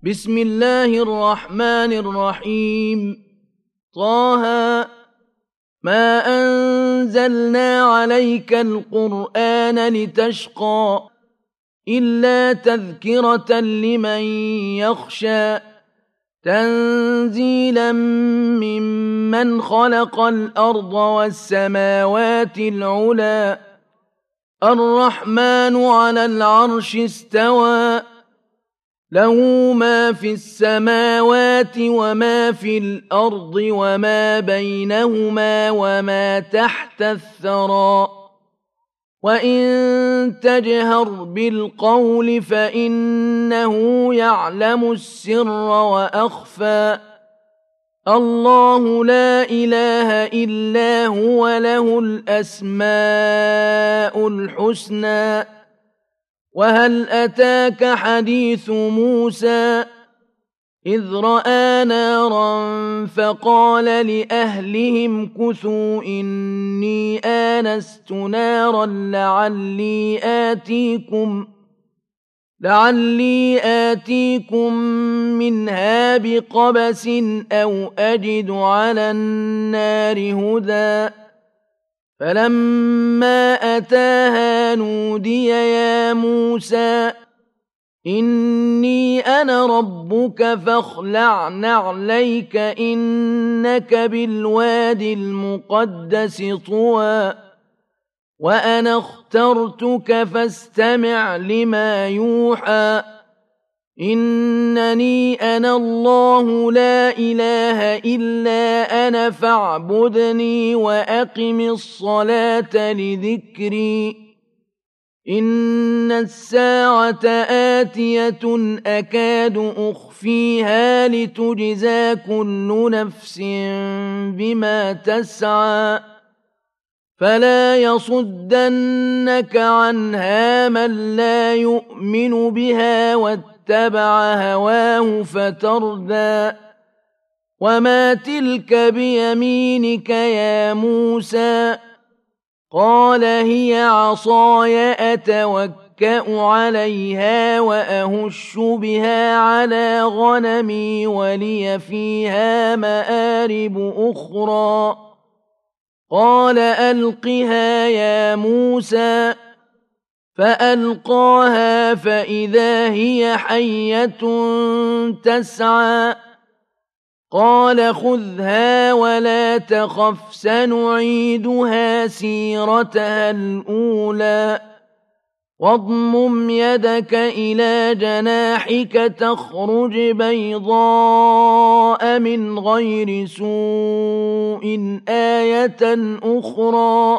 بسم الله الرحمن الرحيم. طه ما أنزلنا عليك القرآن لتشقى إلا تذكرة لمن يخشى تنزيلا ممن خلق الأرض والسماوات العلى الرحمن على العرش استوى له ما في السماوات وما في الأرض وما بينهما وما تحت الثرى وإن تجهر بالقول فإنه يعلم السر وأخفى الله لا إله إلا هو له الأسماء الحسنى وهل أتاك حديث موسى إذ رأى نارا فقال لأهلهم كثوا إني آنست نارا لعلي آتيكم منها بقبس أو أجد على النار هدى فلما أتاها نودي يا موسى إني أنا ربك فاخلع نعليك إنك بالواد المقدس طوى وأنا اخترتك فاستمع لما يوحى إنني أنا الله لا إله إلا أنا فاعبدني وأقم الصلاة لذكري إن الساعة آتية أكاد أخفيها لتجزى كل نفس بما تسعى فلا يصدنك عنها من لا يؤمن بها واتبع هواه فتردى وما تلك بيمينك يا موسى قال هي عصاي أتوكأ عليها وأهش بها على غنمي ولي فيها مآرب أخرى قال ألقها يا موسى فألقاها فإذا هي حية تسعى قال خذها ولا تخف سنعيدها سيرتها الأولى واضمم يدك إلى جناحك تخرج بيضاء من غير سوء آية أخرى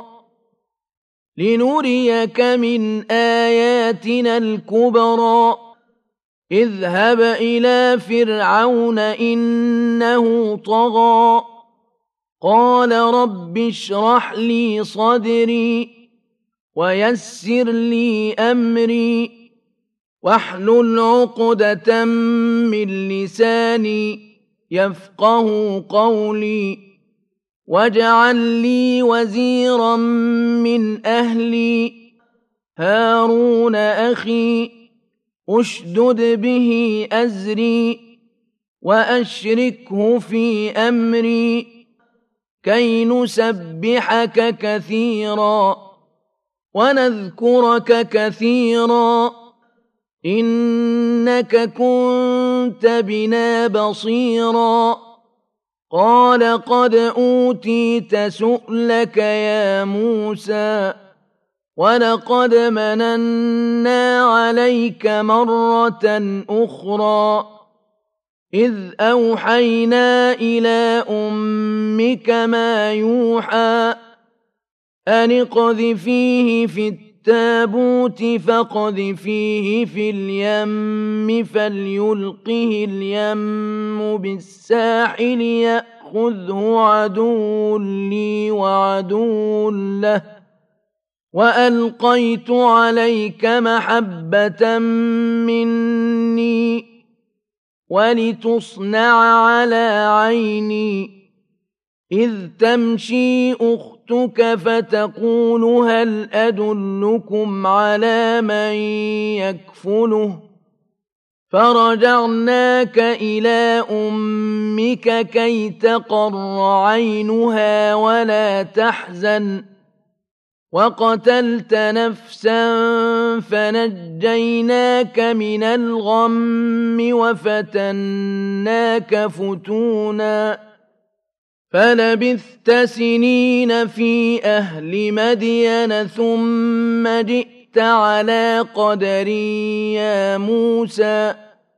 لنريك من آياتنا الكبرى اذهب إلى فرعون إنه طغى قال رب اشرح لي صدري ويسر لي أمري واحلل عقدة من لساني يفقه قولي واجعل لي وزيرا من أهلي هارون أخي أشدد به أزري وأشركه في أمري كي نسبحك كثيرا ونذكرك كثيرا إنك كنت بنا بصيرا قال قد أوتيت سؤلك يا موسى ولقد مننا عليك مرة أخرى إذ أوحينا إلى أمك ما يوحى أن اقذفيه في التابوت فاقذفيه في اليم فليلقه اليم بالساحل يأخذه عدو لي وعدو له وألقيت عليك محبة مني ولتصنع على عيني إذ تمشي أختك فتقول هل أدلكم على من يكفله فرجعناك إلى أمك كي تقر عينها ولا تحزن وقتلت نفسا فنجيناك من الغم وفتناك فتونا فلبثت سنين في أهل مدين ثم جئت على قدري يا موسى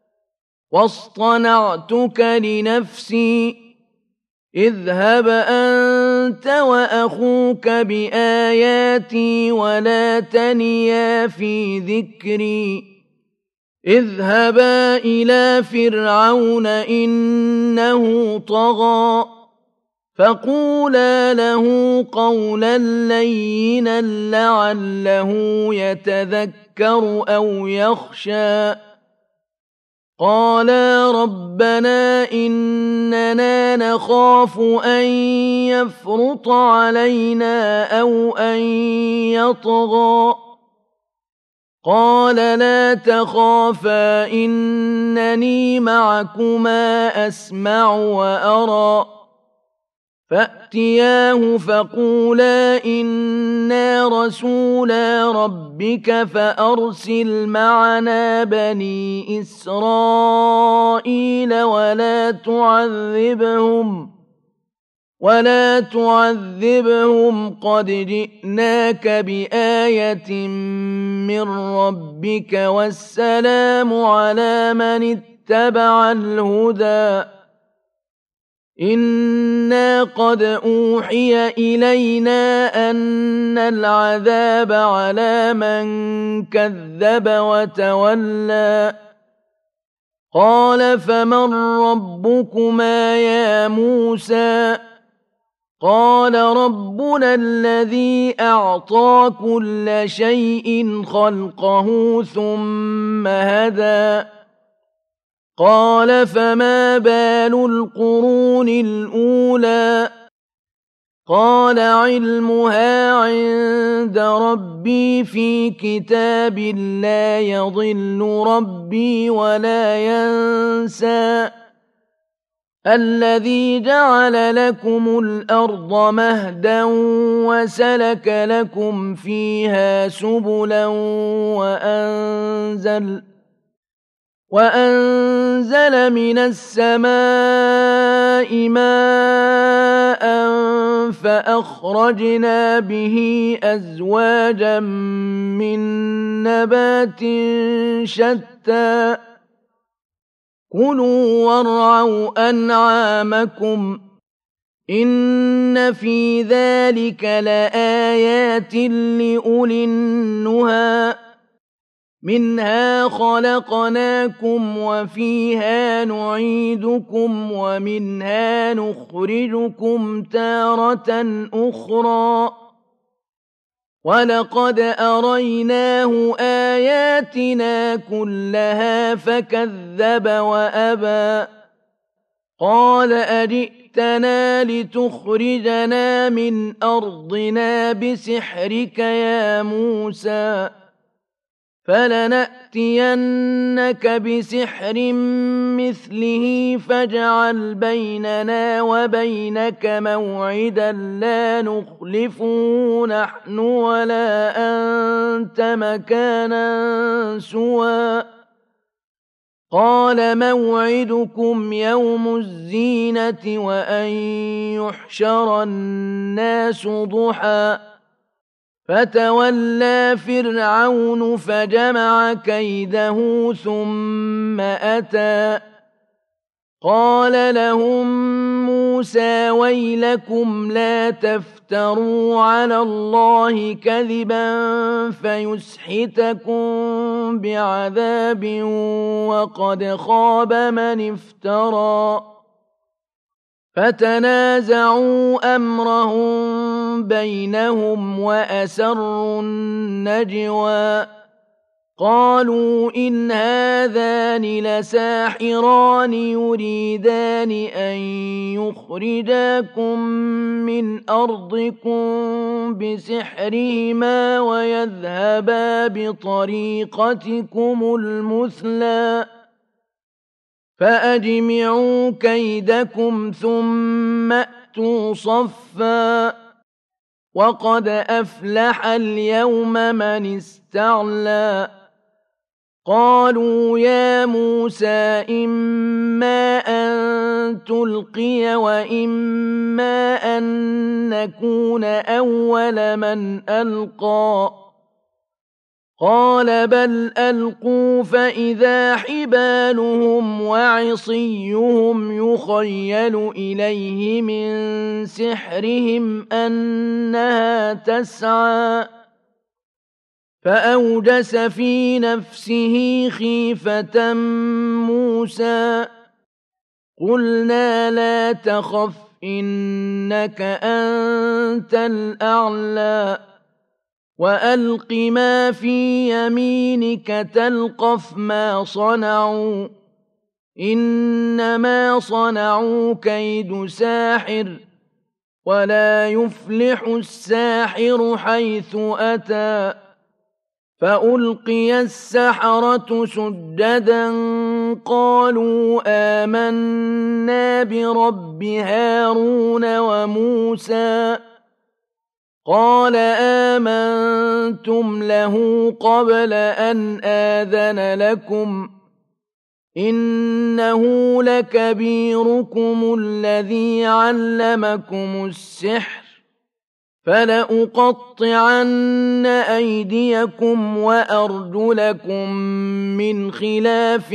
واصطنعتك لنفسي اذهب أنت وأخوك بآياتي ولا تنيا في ذكري اذهبا إلى فرعون إنه طغى فقولا له قولا لينا لعله يتذكر أو يخشى قالا ربنا إننا نخاف أن يفرط علينا أو أن يطغى قال لا تخافا إنني معكما أسمع وأرى فأتياه فقولا إنا رسولا ربك فأرسل معنا بني إسرائيل ولا تعذبهم قد جئناك بآية من ربك والسلام على من اتبع الهدى إنا قد أوحي إلينا أن العذاب على من كذب وتولى قال فمن ربكما يا موسى قال ربنا الذي أعطى كل شيء خلقه ثم هدى قال فما بال القرون الأولى قال علمها عند ربي في كتاب لا يضل ربي ولا ينسى الذي جعل لكم الأرض مهدا وسلك لكم فيها سبلا وأنزل من السماء ماء فأخرجنا به أزواجا من نبات شتى كلوا وارعوا أنعامكم إن في ذلك لآيات لأولي النهى منها خلقناكم وفيها نعيدكم ومنها نخرجكم تارة أخرى ولقد أريناه آياتنا كلها فكذب وأبى قال أجئتنا لتخرجنا من أرضنا بسحرك يا موسى فلنأتينك بسحر مثله فاجعل بيننا وبينك موعدا لا نخلفه نحن ولا أنت مكانا سوى قال موعدكم يوم الزينة وأن يحشر الناس ضحى فتولى فرعون فجمع كيده ثم أتى قال لهم موسى ويلكم لا تفتروا على الله كذبا فيسحتكم بعذاب وقد خاب من افترى فتنازعوا أمرهم بينهم وأسروا النجوى قالوا إن هذان لساحران يريدان أن يخرجاكم من أرضكم بسحرهما ويذهبا بطريقتكم المثلى فأجمعوا كيدكم ثم أتوا صفا وقد أفلح اليوم من استعلى قالوا يا موسى إما أن تلقي وإما أن نكون أول من ألقى قال بل ألقوا فإذا حبالهم وعصيهم يخيل إليه من سحرهم أنها تسعى فأوجس في نفسه خيفة موسى قلنا لا تخف إنك أنت الأعلى وألق ما في يمينك تلقف ما صنعوا إنما صنعوا كيد ساحر ولا يفلح الساحر حيث أتى فألقي السحرة سجدا قالوا آمنا برب هارون وموسى قال آمنتم له قبل أن آذن لكم إنه لكبيركم الذي علمكم السحر فلأقطعن أيديكم وأرجلكم من خلاف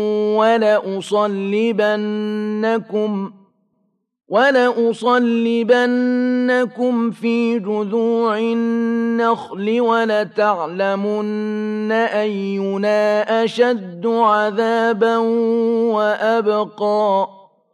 ولأصلبنكم في جذوع النخل ولتعلمن أينا أشد عذابا وأبقى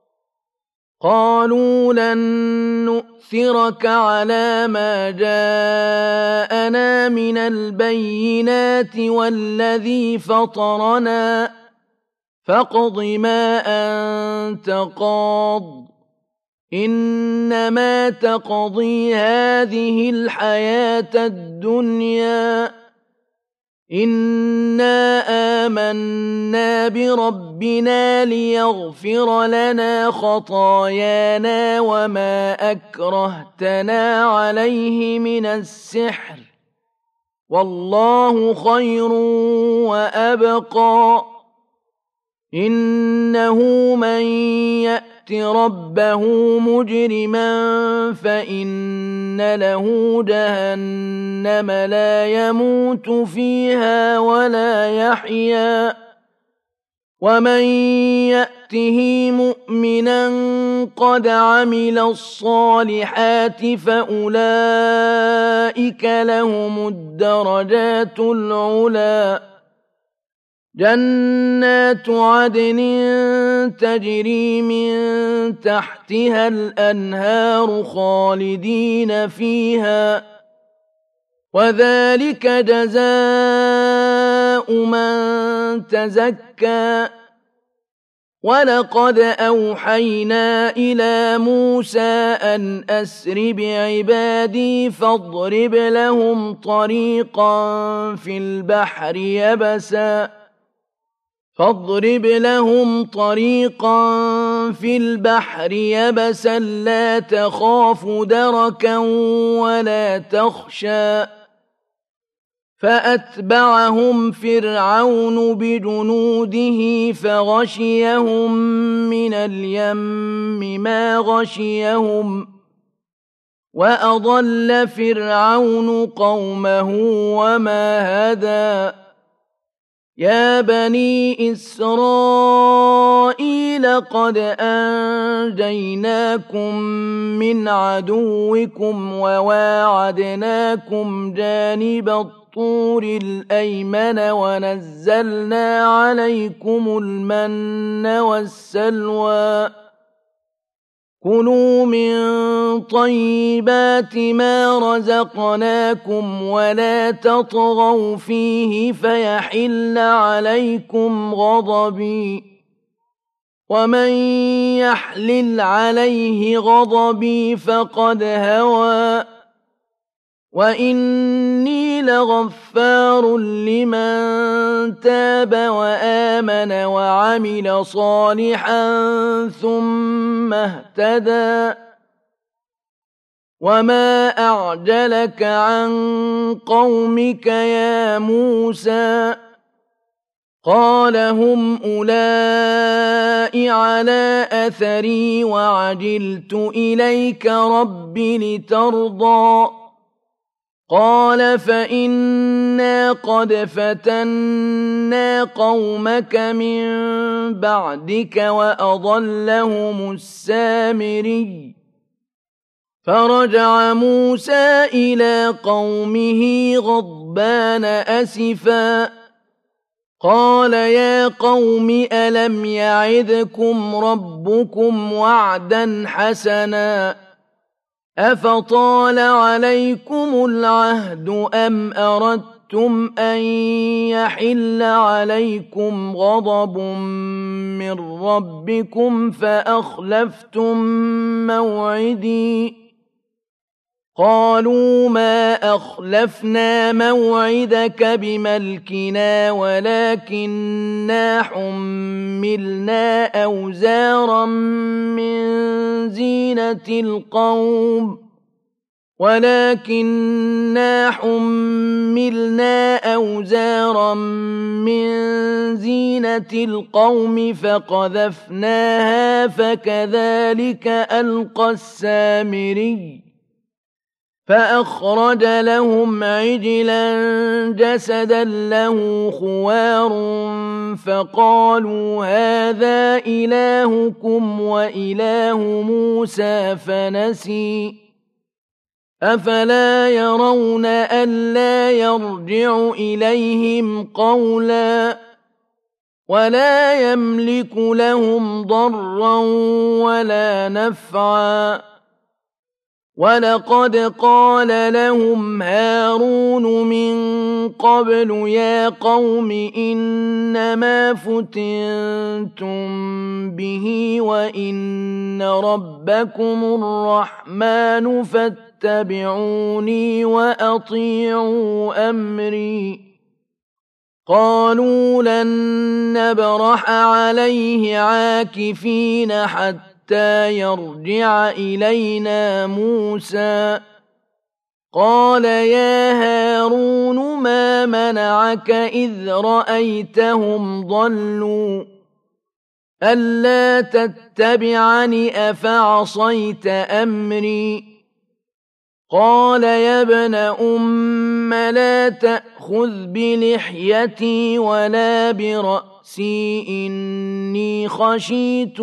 قالوا لن نؤثرك على ما جاءنا من البينات والذي فطرنا فاقض ما أنت قاض إنما تقضي هذه الحياة الدنيا إنا آمنا بربنا ليغفر لنا خطايانا وما أكرهتنا عليه من السحر والله خير وأبقى إنه من يأت ربه مجرما فإن له جهنم لا يموت فيها ولا يحيا ومن يأته مؤمنا قد عمل الصالحات فأولئك لهم الدرجات العلى جنات عدن تجري من تحتها الأنهار خالدين فيها وذلك جزاء من تزكى ولقد أوحينا إلى موسى أن أسر بعبادي فاضرب لهم طريقا في البحر يبسا لا تخاف دركا ولا تخشى فأتبعهم فرعون بجنوده فغشيهم من اليم ما غشيهم وأضل فرعون قومه وما هدى يا بني إسرائيل قد أنجيناكم من عدوكم وواعدناكم جانب الطور الأيمن ونزلنا عليكم المن والسلوى كلوا من طيبات ما رزقناكم ولا تطغوا فيه فيحل عليكم غضبي ومن يحلل عليه غضبي فقد هوى وإني لغفار لمن تاب وآمن وعمل صالحا ثم اهتدى وما أعجلك عن قومك يا موسى قال هم أولئك على أثري وعجلت إليك رب لترضى قال فإنا قد فتنا قومك من بعدك وأضلهم السامري فرجع موسى إلى قومه غضبان أسفا قال يا قوم ألم يعدكم ربكم وعدا حسنا أفطال عليكم العهد أم أردتم أن يحل عليكم غضب من ربكم فأخلفتم موعدي قالوا ما أخلفنا موعدك بملكنا ولكننا حملنا أوزارا من زينة القوم فقذفناها فكذلك ألقى السامري فأخرج لهم عجلا جسدا له خوار فقالوا هذا إلهكم وإله موسى فنسي أفلا يرون ألا يرجع إليهم قولا ولا يملك لهم ضرا ولا نفعا ولقد قال لهم هارون من قبل يا قوم إنما فتنتم به وإن ربكم الرحمن فاتبعوني وأطيعوا أمري قالوا لن نبرح عليه عاكفين حتى يرجع إلينا موسى قال يا هارون ما منعك إذ رأيتهم ضلوا ألا تتبعني أفعصيت أمري قال يا ابن أم لا تأخذ بلحيتي ولا برأسي إني خشيت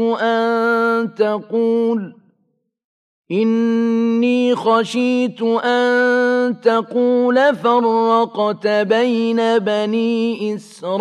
أن تقول فرقت بين بني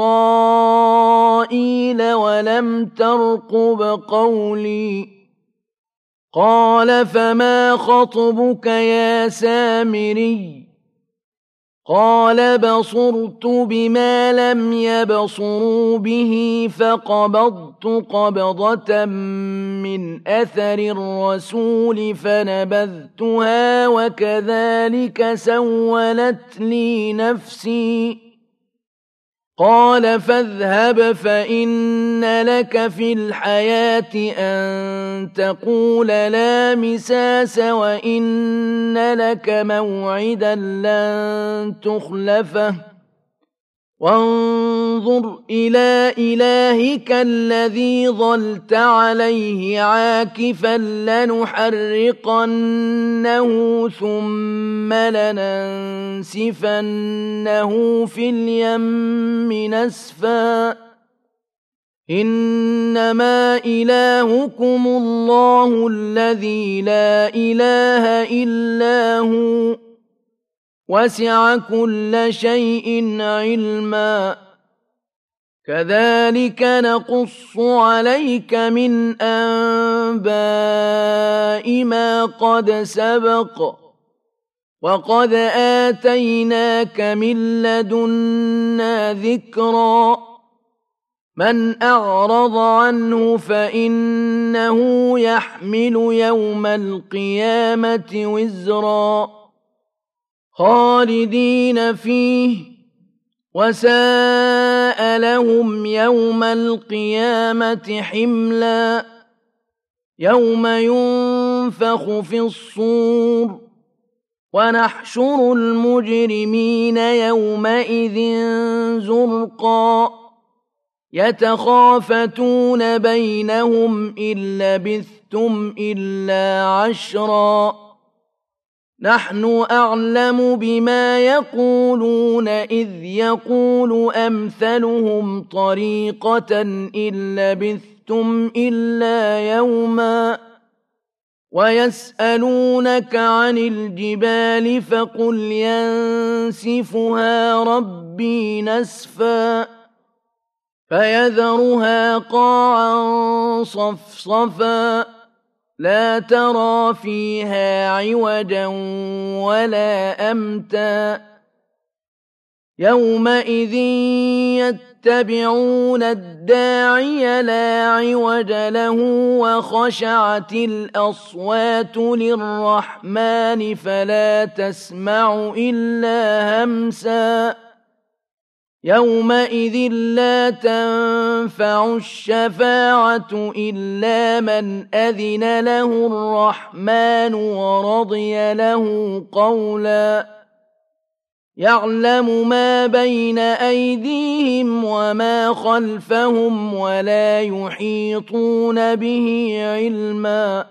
إسرائيل ولم ترقب قولي قال فما خطبك يا سامري قال بصرت بما لم يبصروا به فقبضت قبضة من أثر الرسول فنبذتها وكذلك سولت لي نفسي قال فاذهب فإن لك في الحياة أن تقول لا مساس وإن لك موعدا لن تخلفه وانظر إلى إلهك الذي ظلت عليه عاكفا لنحرقنه ثم لننسفنه في اليم نسفا إنما إلهكم الله الذي لا إله إلا هو وسع كل شيء علما كذلك نقص عليك من أنباء ما قد سبق وقد آتيناك من لدنا ذكرا من أعرض عنه فإنه يحمل يوم القيامة وزرا خالدين فيه وساء لهم يوم القيامة حملا يوم ينفخ في الصور ونحشر المجرمين يومئذ زرقا يتخافتون بينهم إن لبثتم إلا عشرا نحن أعلم بما يقولون إذ يقول أمثلهم طريقة إن لبثتم إلا يوما ويسألونك عن الجبال فقل ينسفها ربي نسفا فيذرها قاعا صفصفا لا ترى فيها عوجا ولا أمتا يومئذ يتبعون الداعي لا عوج له وخشعت الأصوات للرحمن فلا تسمع إلا همسا يومئذ لا تنفع الشفاعة إلا من أذن له الرحمن ورضي له قولا يعلم ما بين أيديهم وما خلفهم ولا يحيطون به علما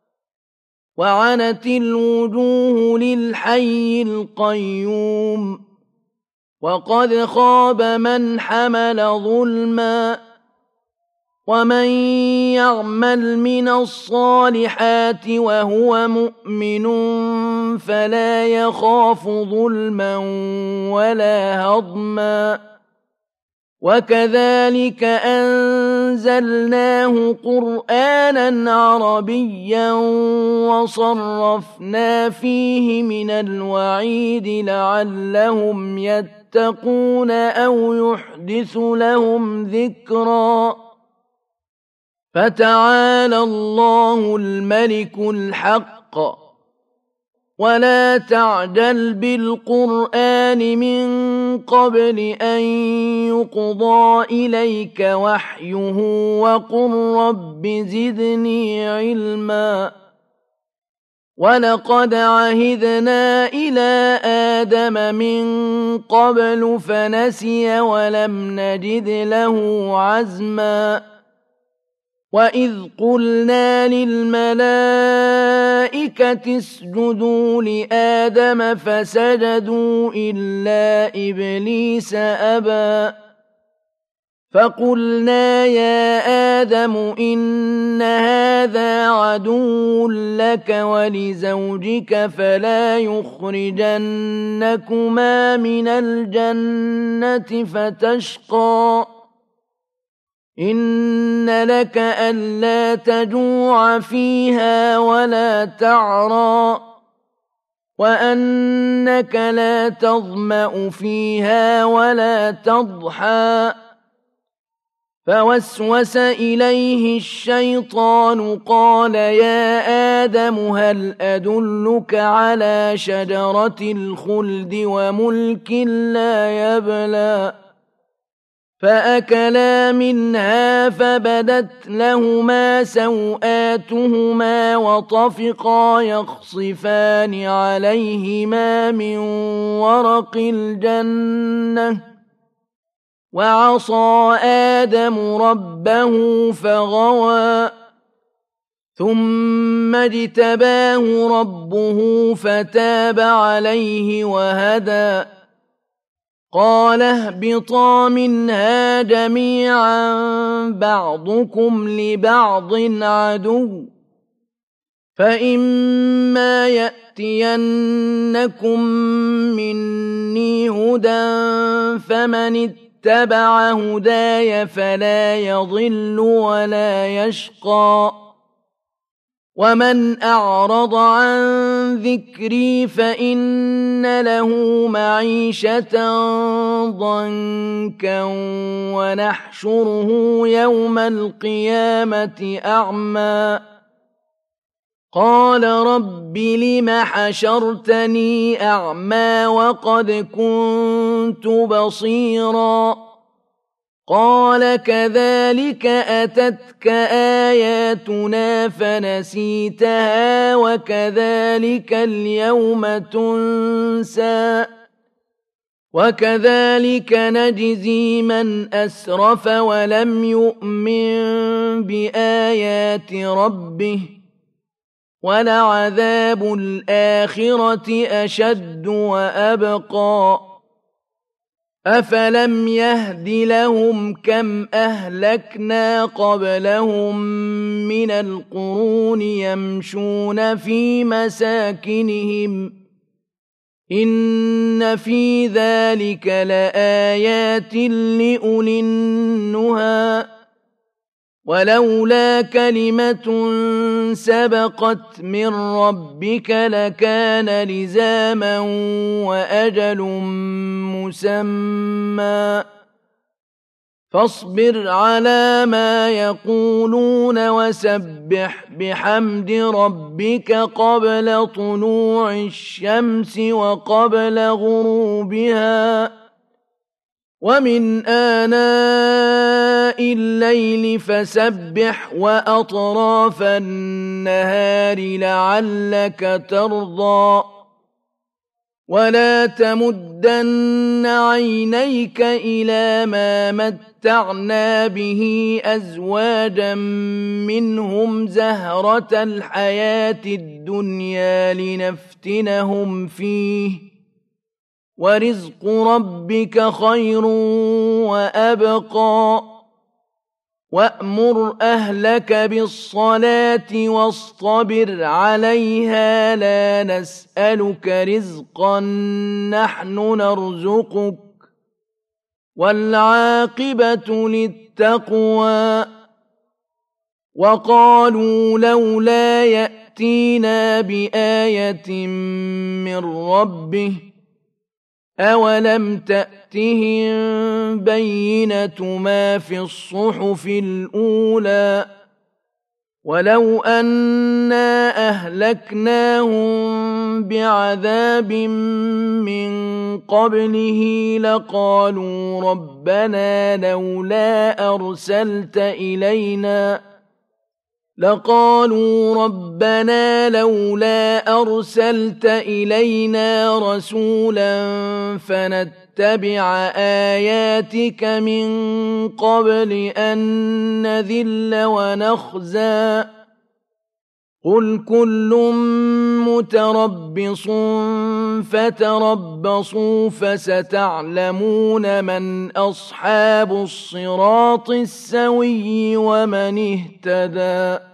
وعنت الوجوه للحي القيوم وقد خاب من حمل ظلما ومن يعمل من الصالحات وهو مؤمن فلا يخاف ظلما ولا هضما وكذلك أنزلناه قرآنا عربيا وصرفنا فيه من الوعيد لعلهم يتقون أو يحدث لهم ذكرا فتعالى الله الملك الحق ولا تعجل بالقرآن من قبل أن يقضى إليك وحيه وقل رب زدني علما ولقد عهدنا إلى آدم من قبل فنسي ولم نجد له عزما وإذ قلنا للملائكة اسجدوا لآدم فسجدوا إلا إبليس أبى فقلنا يا آدم إن هذا عدو لك ولزوجك فلا يخرجنكما من الجنة فتشقى إن لك ألا تجوع فيها ولا تعرى وأنك لا تظمأ فيها ولا تضحى فوسوس إليه الشيطان قال يا آدم هل أدلك على شجرة الخلد وملك لا يبلى فأكلا منها فبدت لهما سوآتهما وطفقا يخصفان عليهما من ورق الجنة وعصى آدم ربه فغوى ثم اجتباه ربه فتاب عليه وهدى قال اهبطا منها جميعا بعضكم لبعض عدو فإما يأتينكم مني هدى فمن اتبع هداي فلا يضل ولا يشقى ومن أعرض عن ذكري فإن له معيشة ضنكا ونحشره يوم القيامة أعمى قال رب لم حشرتني أعمى وقد كنت بصيرا قال كذلك أتتك آياتنا فنسيتها وكذلك اليوم تنسى وكذلك نجزي من أسرف ولم يؤمن بآيات ربه ولعذاب الآخرة أشد وأبقى أفلم يهد لهم كم أهلكنا قبلهم من القرون يمشون في مساكنهم إن في ذلك لآيات لأولي النهى ولولا كلمة سبقت من ربك لكان لزاما وأجل مسمى فاصبر على ما يقولون وسبح بحمد ربك قبل طلوع الشمس وقبل غروبها ومن آناء الليل فسبح وأطراف النهار لعلك ترضى ولا تمدن عينيك إلى ما متعنا به أزواجا منهم زهرة الحياة الدنيا لنفتنهم فيه ورزق ربك خير وأبقى وأمر أهلك بالصلاة واصطبر عليها لا نسألك رزقا نحن نرزقك والعاقبة للتقوى وقالوا لولا يأتينا بآية من ربه أولم تأتهم بينة ما في الصحف الأولى ولو أنا أهلكناهم بعذاب من قبله لقالوا ربنا لولا أرسلت إلينا رسولا فنتبع آياتك من قبل أن نذل ونخزى قل كل متربص فتربصوا فستعلمون من أصحاب الصراط السوي ومن اهتدى